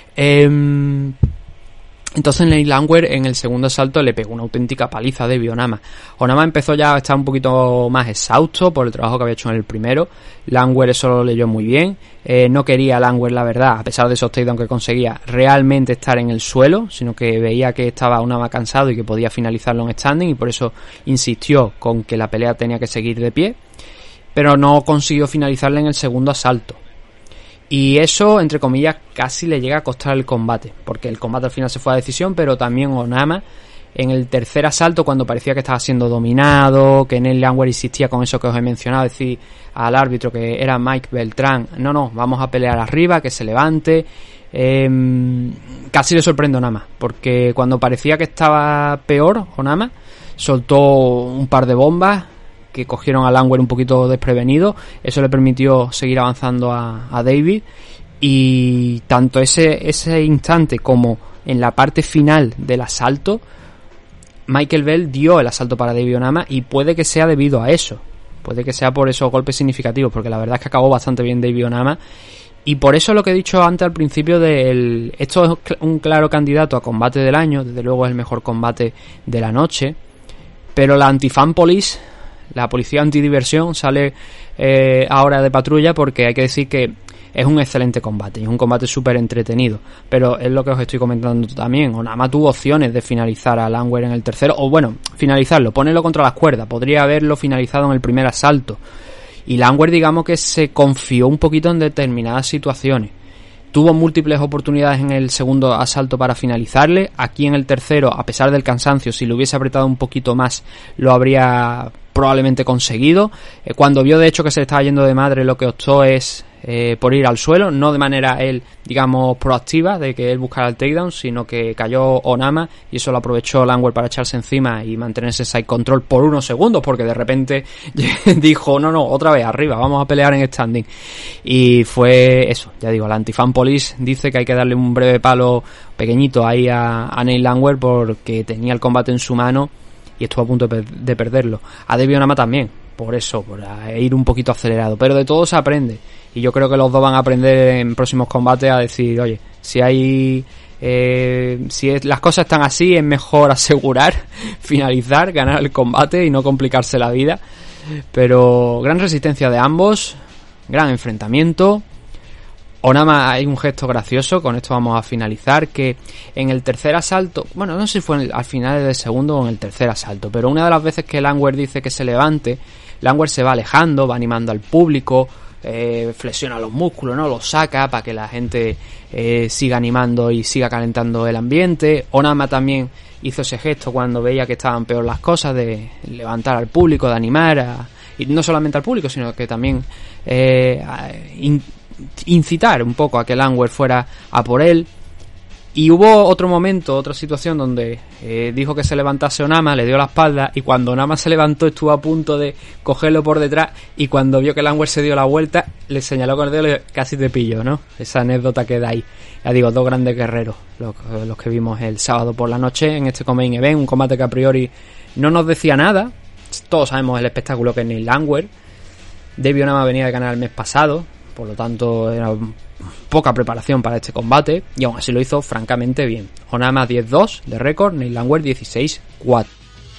Eh, entonces Nate Landwehr en el segundo asalto le pegó una auténtica paliza a David Onama. Onama empezó ya a estar un poquito más exhausto por el trabajo que había hecho en el primero. Landwehr eso lo leyó muy bien, eh, no quería Landwehr, la verdad, a pesar de esos takedowns que conseguía, realmente estar en el suelo, sino que veía que estaba Onama cansado y que podía finalizarlo en standing, y por eso insistió con que la pelea tenía que seguir de pie, pero no consiguió finalizarla en el segundo asalto. Y eso, entre comillas, casi le llega a costar el combate, porque el combate al final se fue a decisión, pero también Onama, en el tercer asalto, cuando parecía que estaba siendo dominado, que Nate Landwehr insistía con eso que os he mencionado, decir al árbitro que era Mike Beltrán, no, no, vamos a pelear arriba, que se levante, eh, casi le sorprende Onama, porque cuando parecía que estaba peor, Onama soltó un par de bombas que cogieron a Landwehr un poquito desprevenido, eso le permitió seguir avanzando a, a David, y tanto ese, ese instante como en la parte final del asalto, Michael Bell dio el asalto para David Onama, y puede que sea debido a eso, puede que sea por esos golpes significativos, porque la verdad es que acabó bastante bien David Onama, Y por eso lo que he dicho antes al principio del... Esto es un claro candidato a combate del año, desde luego es el mejor combate de la noche, pero la anti-fan police, la policía antidiversión, sale eh, ahora de patrulla porque hay que decir que es un excelente combate, y es un combate súper entretenido, pero es lo que os estoy comentando también. Onama tuvo opciones de finalizar a Landwehr en el tercero, o bueno, finalizarlo, ponerlo contra las cuerdas, podría haberlo finalizado en el primer asalto. Y Landwehr, digamos que se confió un poquito en determinadas situaciones. Tuvo múltiples oportunidades en el segundo asalto para finalizarle. Aquí en el tercero, a pesar del cansancio, si lo hubiese apretado un poquito más, lo habría probablemente conseguido. Eh, cuando vio de hecho que se le estaba yendo de madre, lo que optó es eh, por ir al suelo, no de manera él, digamos, proactiva, de que él buscara el takedown, sino que cayó Onama y eso lo aprovechó Landwehr para echarse encima y mantenerse side control por unos segundos, porque de repente dijo, no, no, otra vez arriba, vamos a pelear en standing. Y fue eso, ya digo, la anti-fan police dice que hay que darle un breve palo pequeñito ahí a, a Neil Landwehr porque tenía el combate en su mano y estuvo a punto de, per- de perderlo. A David Onama también, por eso, por ir un poquito acelerado, pero de todo se aprende, y yo creo que los dos van a aprender en próximos combates a decir, oye, si hay eh, si es, las cosas están así, es mejor asegurar, finalizar, ganar el combate y no complicarse la vida. Pero gran resistencia de ambos, gran enfrentamiento. Onama, hay un gesto gracioso, con esto vamos a finalizar, que en el tercer asalto, bueno, no sé si fue en el, al final del segundo o en el tercer asalto, pero una de las veces que Landwehr dice que se levante, Landwehr se va alejando, va animando al público, eh, flexiona los músculos, ¿no? Los saca para que la gente eh, siga animando y siga calentando el ambiente. Onama también hizo ese gesto cuando veía que estaban peor las cosas, de levantar al público, de animar, a, y no solamente al público, sino que también eh, a, in, incitar un poco a que Landwehr fuera a por él. Y hubo otro momento, otra situación donde eh, dijo que se levantase Onama, le dio la espalda, y cuando Onama se levantó estuvo a punto de cogerlo por detrás, y cuando vio que Landwehr se dio la vuelta le señaló con el dedo y le, casi te pillo, ¿no? Esa anécdota queda ahí. Ya digo, dos grandes guerreros los, los que vimos el sábado por la noche en este main event, un combate que a priori no nos decía nada. Todos sabemos el espectáculo que es Neil Landwehr. David Onama venía de ganar el mes pasado, por lo tanto era poca preparación para este combate, y aún así lo hizo francamente bien. Onama diez dos de récord, Neil Landwehr dieciséis cuatro.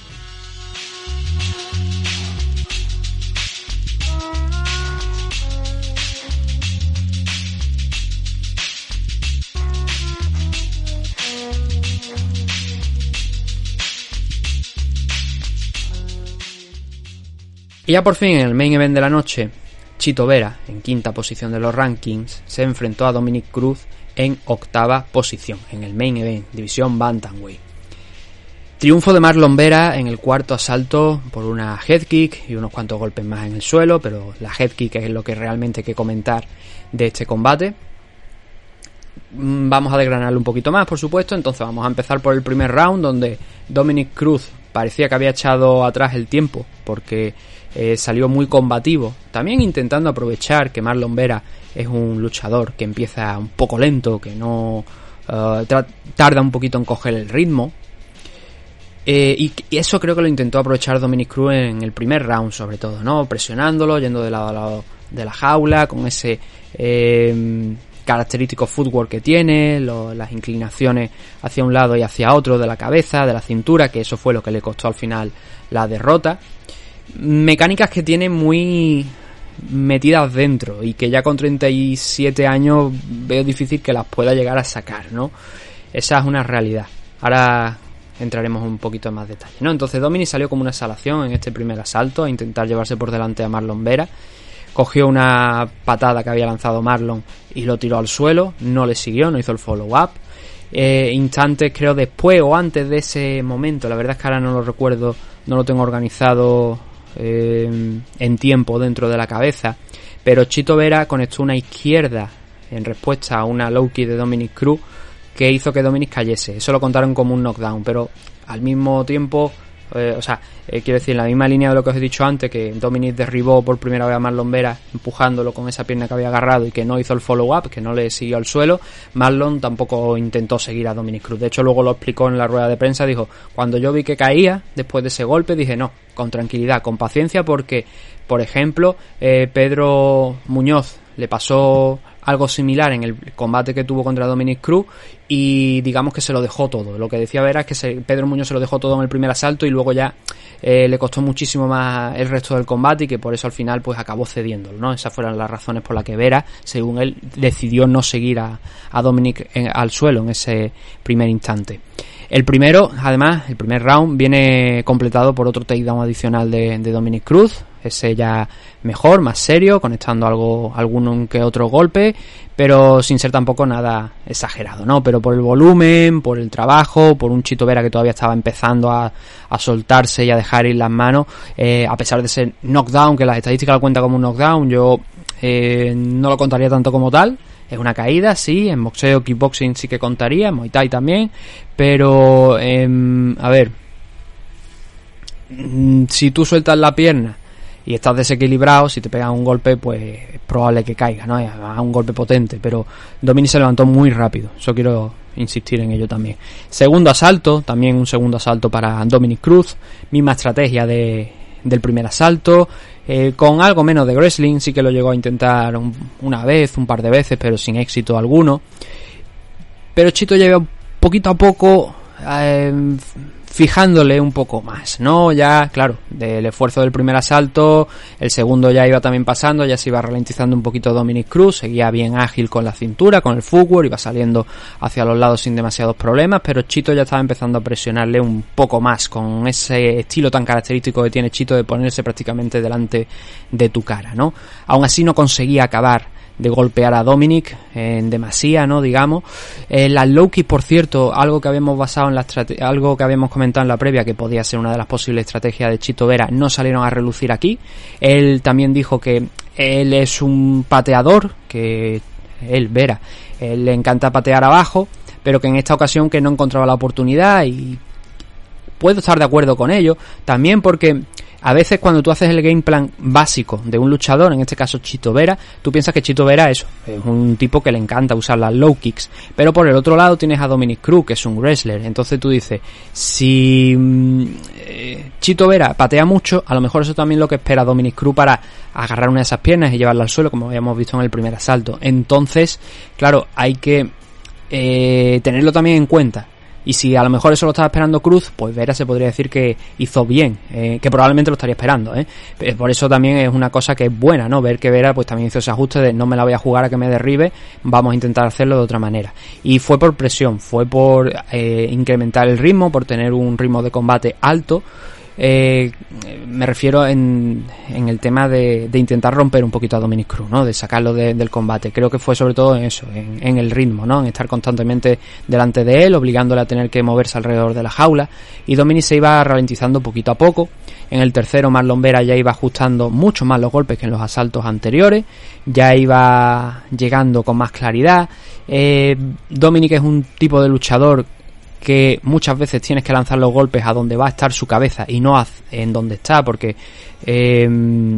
Y ya por fin en el main event de la noche, Chito Vera, en quinta posición de los rankings, se enfrentó a Dominick Cruz en octava posición, en el main event, división Bantamweight. Triunfo de Marlon Vera en el cuarto asalto por una head kick y unos cuantos golpes más en el suelo, pero la head kick es lo que realmente hay que comentar de este combate. Vamos a desgranarlo un poquito más, por supuesto. Entonces vamos a empezar por el primer round, donde Dominick Cruz parecía que había echado atrás el tiempo, porque eh, salió muy combativo, también intentando aprovechar que Marlon Vera es un luchador que empieza un poco lento, que no uh, tra- tarda un poquito en coger el ritmo, eh, y, y eso creo que lo intentó aprovechar Dominick Cruz en el primer round, sobre todo, ¿no? Presionándolo, yendo de lado a lado de la jaula, con ese eh, característico footwork que tiene, lo, las inclinaciones hacia un lado y hacia otro de la cabeza, de la cintura, que eso fue lo que le costó al final la derrota. Mecánicas que tiene muy metidas dentro y que ya con treinta y siete años veo difícil que las pueda llegar a sacar, ¿no? Esa es una realidad. Ahora entraremos un poquito en más detalle, ¿no? Entonces Dominic salió como una exhalación en este primer asalto a intentar llevarse por delante a Marlon Vera. Cogió una patada que había lanzado Marlon y lo tiró al suelo, no le siguió, no hizo el follow-up. Eh, instantes creo después o antes de ese momento, la verdad es que ahora no lo recuerdo, no lo tengo organizado eh, en tiempo dentro de la cabeza, pero Chito Vera conectó una izquierda en respuesta a una low kick de Dominick Cruz que hizo que Dominic cayese. Eso lo contaron como un knockdown, pero al mismo tiempo, eh, o sea, eh, quiero decir, en la misma línea de lo que os he dicho antes, que Dominic derribó por primera vez a Marlon Vera empujándolo con esa pierna que había agarrado y que no hizo el follow-up, que no le siguió al suelo. Marlon tampoco intentó seguir a Dominick Cruz. De hecho, luego lo explicó en la rueda de prensa, dijo, cuando yo vi que caía después de ese golpe, dije, no, con tranquilidad, con paciencia, porque, por ejemplo, eh, Pedro Muñoz le pasó algo similar en el combate que tuvo contra Dominic Cruz y digamos que se lo dejó todo. Lo que decía Vera es que se, Pedro Muñoz se lo dejó todo en el primer asalto y luego ya eh, le costó muchísimo más el resto del combate y que por eso al final pues acabó cediéndolo, ¿no? Esas fueron las razones por las que Vera, según él, decidió no seguir a, a Dominic en, al suelo en ese primer instante. El primero, además, el primer round viene completado por otro takedown adicional de, de Dominic Cruz, ese ya mejor, más serio, conectando algo, algún que otro golpe, pero sin ser tampoco nada exagerado, ¿no? Pero por el volumen, por el trabajo, por un Chito Vera que todavía estaba empezando a, a soltarse y a dejar ir las manos, eh, a pesar de ser knockdown, que las estadísticas lo cuentan como un knockdown, yo eh, no lo contaría tanto como tal. Es una caída, sí, en boxeo, kickboxing sí que contaría, en Muay Thai también, pero, eh, a ver, si tú sueltas la pierna y estás desequilibrado, si te pegan un golpe, pues es probable que caiga, ¿no? Es un golpe potente, pero Dominic se levantó muy rápido, eso quiero insistir en ello también. Segundo asalto, también un segundo asalto para Dominic Cruz, misma estrategia de... del primer asalto, eh, con algo menos de wrestling, sí que lo llegó a intentar un, una vez, un par de veces, pero sin éxito alguno. Pero Chito lleva poquito a poco eh, fijándole un poco más, ¿no? Ya, claro, del esfuerzo del primer asalto, el segundo ya iba también pasando, ya se iba ralentizando un poquito Dominic Cruz, seguía bien ágil con la cintura, con el footwork, iba saliendo hacia los lados sin demasiados problemas, pero Chito ya estaba empezando a presionarle un poco más, con ese estilo tan característico que tiene Chito de ponerse prácticamente delante de tu cara, ¿no? Aún así no conseguía acabar de golpear a Dominic en demasía, ¿no? Digamos. Eh, las low kicks, por cierto, algo que habíamos basado en la estrate- algo que habíamos comentado en la previa, que podía ser una de las posibles estrategias de Chito Vera, no salieron a relucir aquí. Él también dijo que él es un pateador, que él, Vera, él le encanta patear abajo, pero que en esta ocasión que no encontraba la oportunidad, y puedo estar de acuerdo con ello, también porque a veces cuando tú haces el game plan básico de un luchador, en este caso Chito Vera, tú piensas que Chito Vera eso, es un tipo que le encanta usar las low kicks, pero por el otro lado tienes a Dominic Cruz, que es un wrestler, entonces tú dices, si eh, Chito Vera patea mucho, a lo mejor eso también es lo que espera Dominic Cruz para agarrar una de esas piernas y llevarla al suelo, como habíamos visto en el primer asalto. Entonces, claro, hay que eh, tenerlo también en cuenta. Y si a lo mejor eso lo estaba esperando Cruz, pues Vera se podría decir que hizo bien, eh, que probablemente lo estaría esperando, ¿eh? Por eso también es una cosa que es buena, ¿no? Ver que Vera pues también hizo ese ajuste de no me la voy a jugar a que me derribe, vamos a intentar hacerlo de otra manera. Y fue por presión, fue por eh, incrementar el ritmo, por tener un ritmo de combate alto. Eh, me refiero en, en el tema de, de intentar romper un poquito a Dominic Cruz, ¿no? De sacarlo de, del combate. Creo que fue sobre todo en eso, en, en el ritmo, ¿no? En estar constantemente delante de él, obligándole a tener que moverse alrededor de la jaula. Y Dominic se iba ralentizando poquito a poco. En el tercero, Marlon Vera ya iba ajustando mucho más los golpes que en los asaltos anteriores. Ya iba llegando con más claridad. Eh, Dominic es un tipo de luchador que muchas veces tienes que lanzar los golpes a donde va a estar su cabeza y no en donde está, porque eh,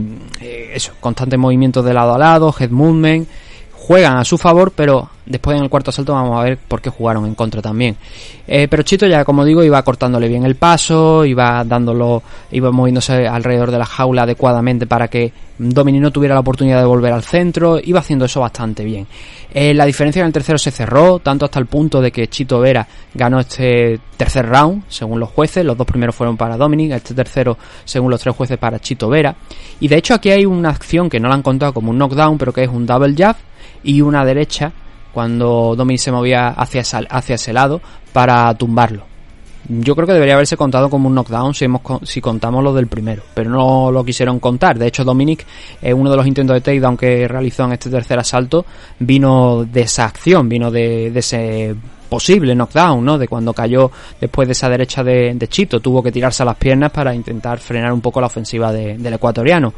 eso, constantes movimientos de lado a lado, head movement, juegan a su favor, pero después en el cuarto asalto vamos a ver por qué jugaron en contra también. Eh, pero Chito ya, como digo, iba cortándole bien el paso, iba dándolo, iba moviéndose alrededor de la jaula adecuadamente para que Dominic no tuviera la oportunidad de volver al centro, iba haciendo eso bastante bien. Eh, la diferencia en el tercero se cerró, tanto hasta el punto de que Chito Vera ganó este tercer round, según los jueces. Los dos primeros fueron para Dominic, este tercero, según los tres jueces, para Chito Vera. Y de hecho aquí hay una acción que no la han contado como un knockdown, pero que es un double jab y una derecha cuando Dominic se movía hacia, hacia ese lado para tumbarlo. Yo creo que debería haberse contado como un knockdown si, hemos, si contamos lo del primero, pero no lo quisieron contar. De hecho, Dominic, eh, uno de los intentos de takedown que realizó en este tercer asalto, vino de esa acción, vino de, de ese posible knockdown, ¿no? De cuando cayó después de esa derecha de, de Chito, tuvo que tirarse a las piernas para intentar frenar un poco la ofensiva de, del ecuatoriano.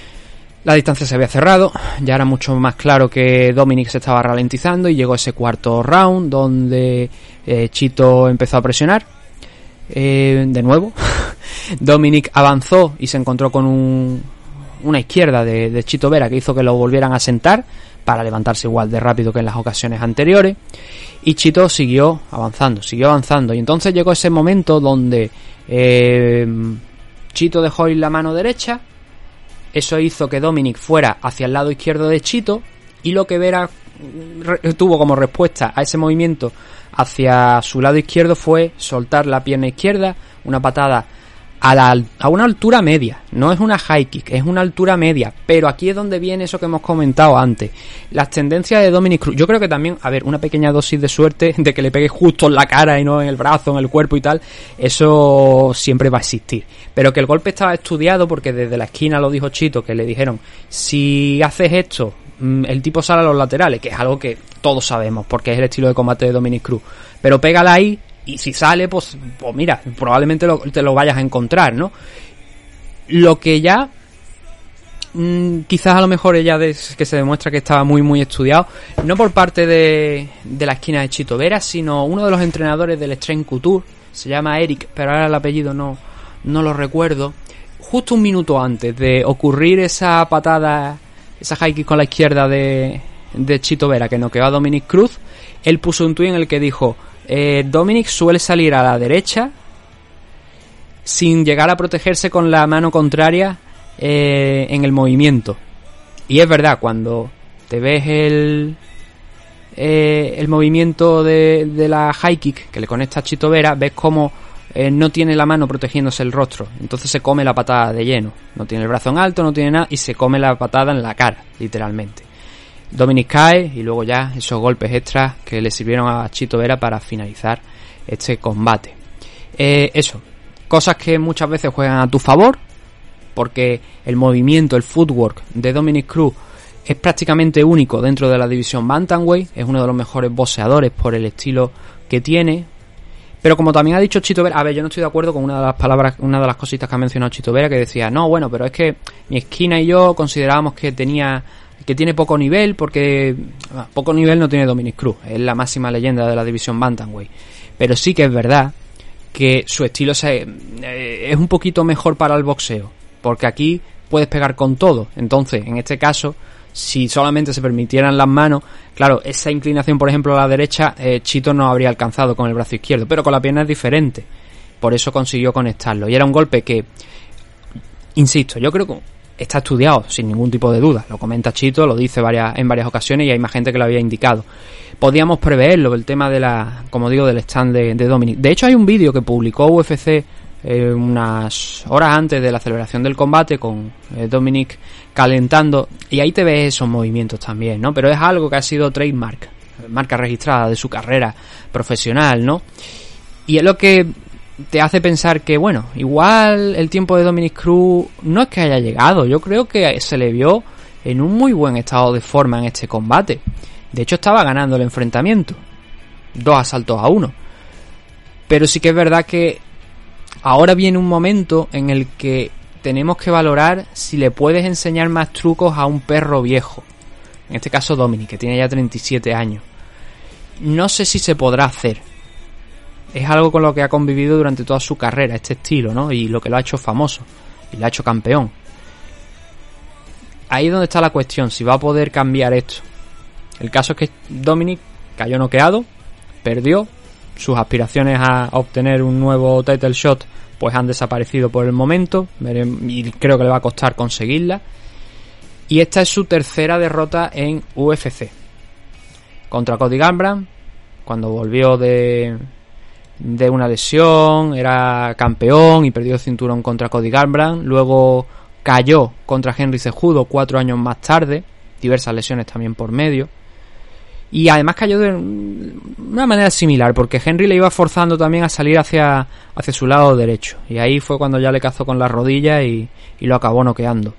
La distancia se había cerrado, ya era mucho más claro que Dominic se estaba ralentizando y llegó ese cuarto round donde eh, Chito empezó a presionar. Eh, de nuevo, Dominic avanzó y se encontró con un, una izquierda de, de Chito Vera que hizo que lo volvieran a sentar para levantarse igual de rápido que en las ocasiones anteriores. Y Chito siguió avanzando, siguió avanzando. Y entonces llegó ese momento donde eh, Chito dejó ir la mano derecha. Eso hizo que Dominic fuera hacia el lado izquierdo de Chito y lo que Vera re- tuvo como respuesta a ese movimiento hacia su lado izquierdo fue soltar la pierna izquierda, una patada a, la, a una altura media. No es una high kick, es una altura media. Pero aquí es donde viene eso que hemos comentado antes. Las tendencias de Dominick Cruz. Yo creo que también, a ver, una pequeña dosis de suerte de que le pegue justo en la cara y no en el brazo, en el cuerpo y tal. Eso siempre va a existir. Pero que el golpe estaba estudiado porque desde la esquina lo dijo Chito, que le dijeron, si haces esto, el tipo sale a los laterales, que es algo que todos sabemos porque es el estilo de combate de Dominick Cruz. Pero pégala ahí y si sale, pues, pues mira, probablemente lo, te lo vayas a encontrar, ¿no? Lo que ya mmm, quizás a lo mejor ella des, que se demuestra que estaba muy muy estudiado, no por parte de, de la esquina de Chito Vera, sino uno de los entrenadores del Extreme Couture, se llama Eric, pero ahora el apellido no, no lo recuerdo. Justo un minuto antes de ocurrir esa patada, esa high kick con la izquierda de, de Chito Vera que noqueó a Dominick Cruz, él puso un tuit en el que dijo: eh, Dominick suele salir a la derecha sin llegar a protegerse con la mano contraria eh, en el movimiento. Y es verdad, cuando te ves el eh, el movimiento de, de la high kick que le conecta a Chito Vera, ves como eh, no tiene la mano protegiéndose el rostro, entonces se come la patada de lleno, no tiene el brazo en alto, no tiene nada y se come la patada en la cara, literalmente. Dominick cae y luego ya esos golpes extras que le sirvieron a Chito Vera para finalizar este combate. Eh, eso, cosas que muchas veces juegan a tu favor, porque el movimiento, el footwork de Dominick Cruz es prácticamente único dentro de la división Bantamweight, es uno de los mejores boxeadores por el estilo que tiene. Pero como también ha dicho Chito Vera, a ver, yo no estoy de acuerdo con una de las palabras, una de las cositas que ha mencionado Chito Vera, que decía, no, bueno, pero es que mi esquina y yo considerábamos que tenía que tiene poco nivel, porque bueno, poco nivel no tiene Dominick Cruz, es la máxima leyenda de la división Bantamweight, pero sí que es verdad que su estilo se, eh, es un poquito mejor para el boxeo, porque aquí puedes pegar con todo. Entonces, en este caso, si solamente se permitieran las manos, claro, esa inclinación, por ejemplo, a la derecha, eh, Chito no habría alcanzado con el brazo izquierdo, pero con la pierna es diferente, por eso consiguió conectarlo, y era un golpe que, insisto, yo creo que está estudiado, sin ningún tipo de duda. Lo comenta Chito, lo dice varias, en varias ocasiones y hay más gente que lo había indicado. Podíamos preverlo, el tema de la, como digo, del stand de, de Dominick. De hecho, hay un vídeo que publicó U F C eh, unas horas antes de la celebración del combate con eh, Dominick calentando y ahí te ves esos movimientos también, ¿no? Pero es algo que ha sido trademark, marca registrada de su carrera profesional, ¿no? Y es lo que te hace pensar que, bueno, igual el tiempo de Dominick Cruz no es que haya llegado, yo creo que se le vio en un muy buen estado de forma en este combate. De hecho estaba ganando el enfrentamiento, dos asaltos a uno. Pero sí que es verdad que ahora viene un momento en el que tenemos que valorar si le puedes enseñar más trucos a un perro viejo, en este caso Dominick, que tiene ya treinta y siete años. No sé si se podrá hacer. Es algo con lo que ha convivido durante toda su carrera, este estilo, ¿no? Y lo que lo ha hecho famoso, y lo ha hecho campeón. Ahí es donde está la cuestión, si va a poder cambiar esto. El caso es que Dominick cayó noqueado, perdió, sus aspiraciones a obtener un nuevo title shot pues han desaparecido por el momento, y creo que le va a costar conseguirla. Y esta es su tercera derrota en U F C. Contra Cody Garbrandt, cuando volvió de... de una lesión, era campeón y perdió el cinturón contra Cody Garbrandt, luego cayó contra Henry Cejudo cuatro años más tarde, diversas lesiones también por medio, y además cayó de una manera similar, porque Henry le iba forzando también a salir hacia, hacia su lado derecho, y ahí fue cuando ya le cazó con la rodilla y, y lo acabó noqueando.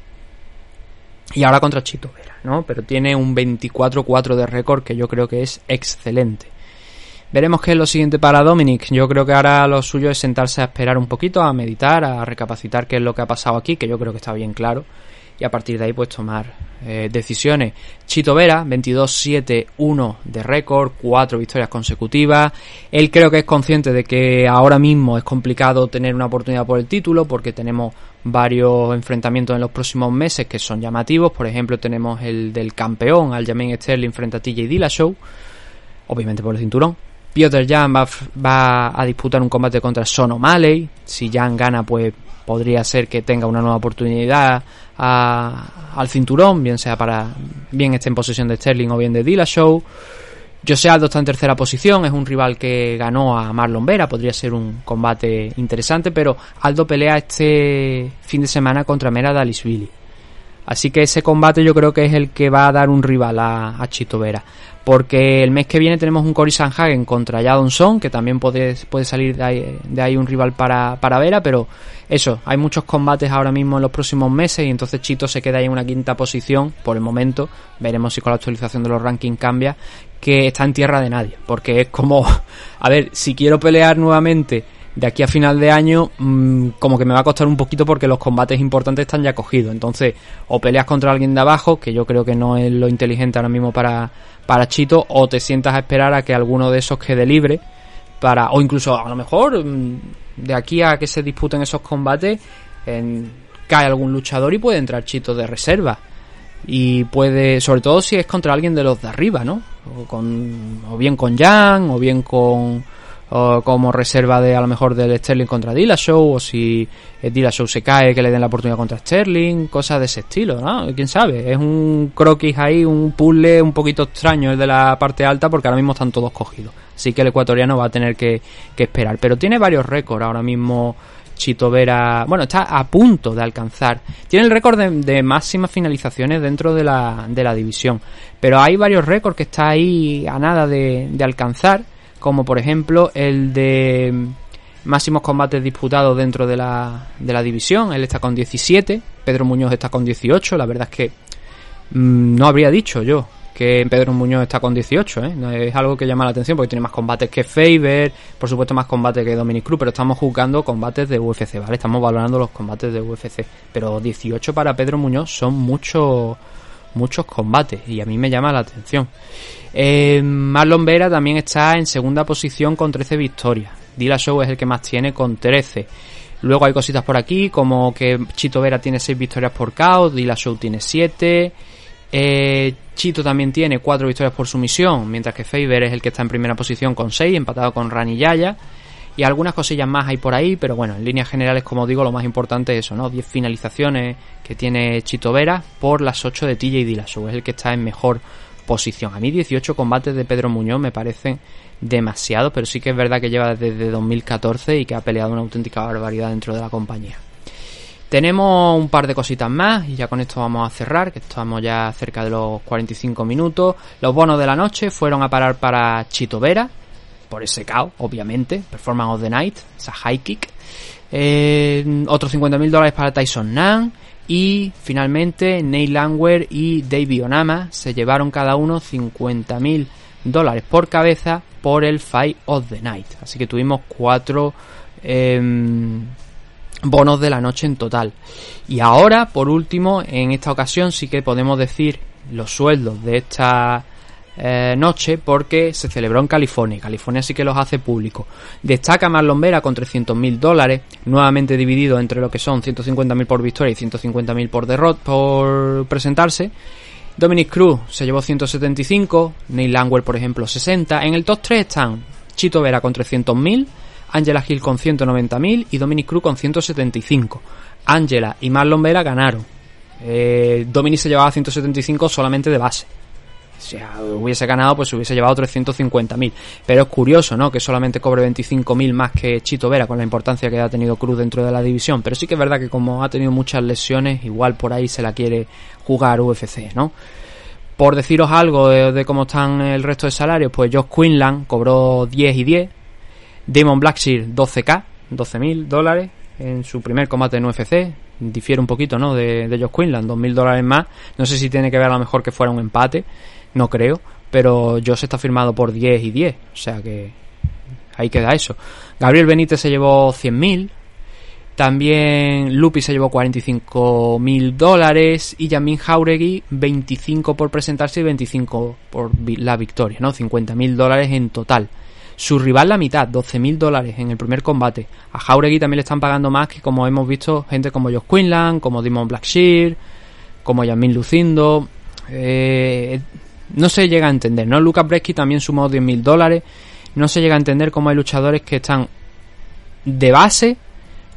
Y ahora contra Chito Vera, ¿no? Pero tiene un veinticuatro cuatro de récord que yo creo que es excelente. Veremos qué es lo siguiente para Dominick. Yo creo que ahora lo suyo es sentarse a esperar un poquito, a meditar, a recapacitar qué es lo que ha pasado aquí, que yo creo que está bien claro, y a partir de ahí pues tomar eh, decisiones. Chito Vera, veintidós siete uno de récord, cuatro victorias consecutivas. Él creo que es consciente de que ahora mismo es complicado tener una oportunidad por el título, porque tenemos varios enfrentamientos en los próximos meses que son llamativos. Por ejemplo, tenemos el del campeón, Aljamain Sterling frente a T J Dillashaw, obviamente por el cinturón. Petr Yan va, va a disputar un combate contra Sean O'Malley. Si Yan gana, pues podría ser que tenga una nueva oportunidad a, al cinturón, bien sea para bien esté en posesión de Sterling o bien de Dillashaw. José Aldo está en tercera posición, es un rival que ganó a Marlon Vera, podría ser un combate interesante, pero Aldo pelea este fin de semana contra Meradalishvili. Así que ese combate yo creo que es el que va a dar un rival a, a Chito Vera. Porque el mes que viene tenemos un Cory Sandhagen contra Jadonson, que también puede, puede salir de ahí, de ahí un rival para, para Vera, pero eso, hay muchos combates ahora mismo en los próximos meses y entonces Chito se queda ahí en una quinta posición por el momento. Veremos si con la actualización de los rankings cambia, que está en tierra de nadie, porque es como, a ver, si quiero pelear nuevamente de aquí a final de año, mmm, como que me va a costar un poquito porque los combates importantes están ya cogidos. Entonces, o peleas contra alguien de abajo, que yo creo que no es lo inteligente ahora mismo para, para Chito, o te sientas a esperar a que alguno de esos quede libre, para, o incluso a lo mejor mmm, de aquí a que se disputen esos combates, en, cae algún luchador y puede entrar Chito de reserva. Y puede, sobre todo si es contra alguien de los de arriba, ¿no? O, con, o bien con Jan, o bien con... o como reserva de a lo mejor del Sterling contra Dillashaw, o si Dillashaw se cae que le den la oportunidad contra Sterling, cosas de ese estilo, ¿no? Quién sabe, es un croquis ahí, un puzzle un poquito extraño el de la parte alta, porque ahora mismo están todos cogidos, así que el ecuatoriano va a tener que, que esperar, pero tiene varios récords ahora mismo Chito Vera. Bueno, está a punto de alcanzar, tiene el récord de, de máximas finalizaciones dentro de la, de la división, pero hay varios récords que está ahí a nada de, de alcanzar, como por ejemplo el de máximos combates disputados dentro de la, de la división. Él está con diecisiete, Pedro Muñoz está con dieciocho. La verdad es que mmm, no habría dicho yo que Pedro Muñoz está con dieciocho, ¿eh? Es algo que llama la atención porque tiene más combates que Faber, por supuesto más combates que Dominic Cruz, pero estamos jugando combates de U F C, ¿vale? Estamos valorando los combates de U F C, pero dieciocho para Pedro Muñoz son muchos muchos combates y a mí me llama la atención. Eh, Marlon Vera también está en segunda posición con trece victorias. Dillashaw es el que más tiene con trece. Luego hay cositas por aquí como que Chito Vera tiene seis victorias por K O, Dillashaw tiene siete. Eh, Chito también tiene cuatro victorias por sumisión, mientras que Faber es el que está en primera posición con seis, empatado con Rani Yaya. Y algunas cosillas más hay por ahí, pero bueno, en líneas generales, como digo, lo más importante es eso, ¿no? diez finalizaciones que tiene Chito Vera por las ocho de T J Dillashaw, es el que está en mejor posición. A mí dieciocho combates de Pedro Muñoz me parecen demasiados, pero sí que es verdad que lleva desde dos mil catorce y que ha peleado una auténtica barbaridad dentro de la compañía. Tenemos un par de cositas más y ya con esto vamos a cerrar, que estamos ya cerca de los cuarenta y cinco minutos. Los bonos de la noche fueron a parar para Chito Vera, por ese K O, obviamente, Performance of the Night, esa high kick. Eh, otros cincuenta mil dólares para Tyson Nam. Y finalmente Neil Landwehr y David Onama se llevaron cada uno cincuenta mil dólares por cabeza por el Fight of the Night. Así que tuvimos cuatro eh, bonos de la noche en total. Y ahora, por último, en esta ocasión sí que podemos decir los sueldos de esta Eh, noche, porque se celebró en California. California sí que los hace públicos. Destaca Marlon Vera con trescientos mil dólares, nuevamente dividido entre lo que son ciento cincuenta mil por victoria y ciento cincuenta mil por derrota, por presentarse. Dominic Cruz se llevó ciento setenta y cinco, Neil Landwehr por ejemplo sesenta. En el top tres están Chito Vera con trescientos mil, Angela Hill con ciento noventa mil y Dominic Cruz con ciento setenta y cinco. Angela y Marlon Vera ganaron. eh, Dominic se llevaba ciento setenta y cinco solamente de base. Si hubiese ganado, pues hubiese llevado trescientos cincuenta mil. Pero es curioso, ¿no? Que solamente cobre veinticinco mil más que Chito Vera, con la importancia que ha tenido Cruz dentro de la división. Pero sí que es verdad que como ha tenido muchas lesiones, igual por ahí se la quiere jugar U F C, ¿no? Por deciros algo de, de cómo están el resto de salarios, pues Josh Quinlan cobró diez y diez. Damon Blackshear doce k, doce mil dólares en su primer combate en U F C. Difiere un poquito, ¿no? De, de Josh Quinlan, dos mil dólares más. No sé si tiene que ver a lo mejor que fuera un empate. No creo, pero Josh está firmado por diez y diez, o sea que ahí queda eso. Gabriel Benítez se llevó cien mil, también Lupi se llevó cuarenta y cinco mil dólares y Yamin Jauregui veinticinco por presentarse y veinticinco por la victoria, ¿no? cincuenta mil dólares en total. Su rival la mitad, doce mil dólares en el primer combate. A Jauregui también le están pagando más que, como hemos visto, gente como Josh Quinlan, como Damon Blackshear, como Yamin Lucindo. Eh... No se llega a entender, ¿no? Lucas Bresky también sumó diez mil dólares. No se llega a entender cómo hay luchadores que están de base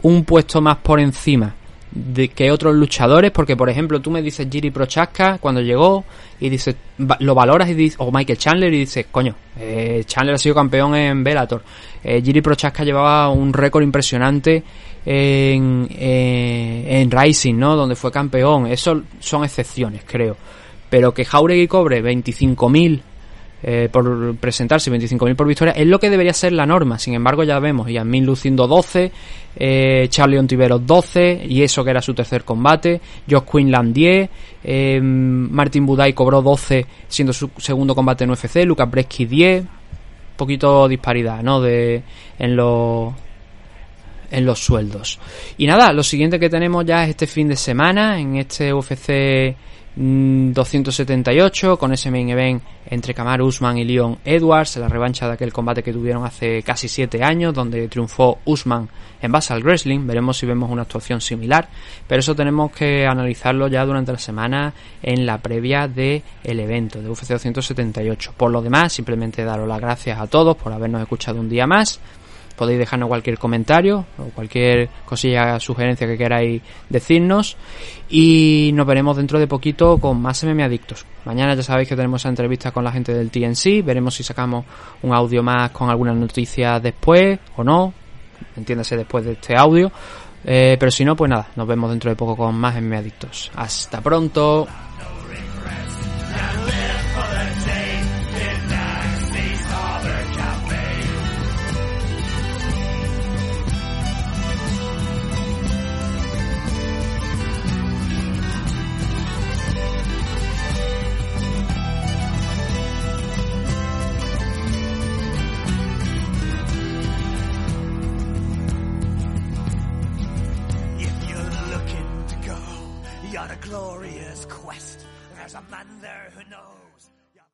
un puesto más por encima de que otros luchadores, porque por ejemplo tú me dices Jiri Prochazka cuando llegó y dices, lo valoras y dices, o Michael Chandler y dices, coño, eh, Chandler ha sido campeón en Bellator, eh, Jiri Prochazka llevaba un récord impresionante en, eh, en Rising, ¿no? Donde fue campeón. Eso son excepciones, creo, pero que Jauregui cobre veinticinco mil Eh, por presentarse, veinticinco mil por victoria, es lo que debería ser la norma. Sin embargo, ya vemos Yasmin luciendo doce, eh, Charlie Ontiveros doce, y eso que era su tercer combate, Josh Quinlan diez, eh, Martin Buday cobró doce siendo su segundo combate en U F C, Lucas Bresky diez, poquito disparidad, ¿no? De en los en los sueldos. Y nada, lo siguiente que tenemos ya es este fin de semana en este U F C doscientos setenta y ocho, con ese main event entre Kamaru Usman y Leon Edwards, la revancha de aquel combate que tuvieron hace casi siete años, donde triunfó Usman en base al wrestling. Veremos si vemos una actuación similar, pero eso tenemos que analizarlo ya durante la semana en la previa del evento de U F C doscientos setenta y ocho. Por lo demás, simplemente daros las gracias a todos por habernos escuchado un día más. Podéis dejarnos cualquier comentario o cualquier cosilla, sugerencia que queráis decirnos, y nos veremos dentro de poquito con más M M A Adictos. Mañana ya sabéis que tenemos esa entrevista con la gente del T N C, veremos si sacamos un audio más con algunas noticias después o no, entiéndase después de este audio, eh, pero si no, pues nada, nos vemos dentro de poco con más M M A Adictos. Hasta pronto.
On a glorious quest, there's a man there who knows.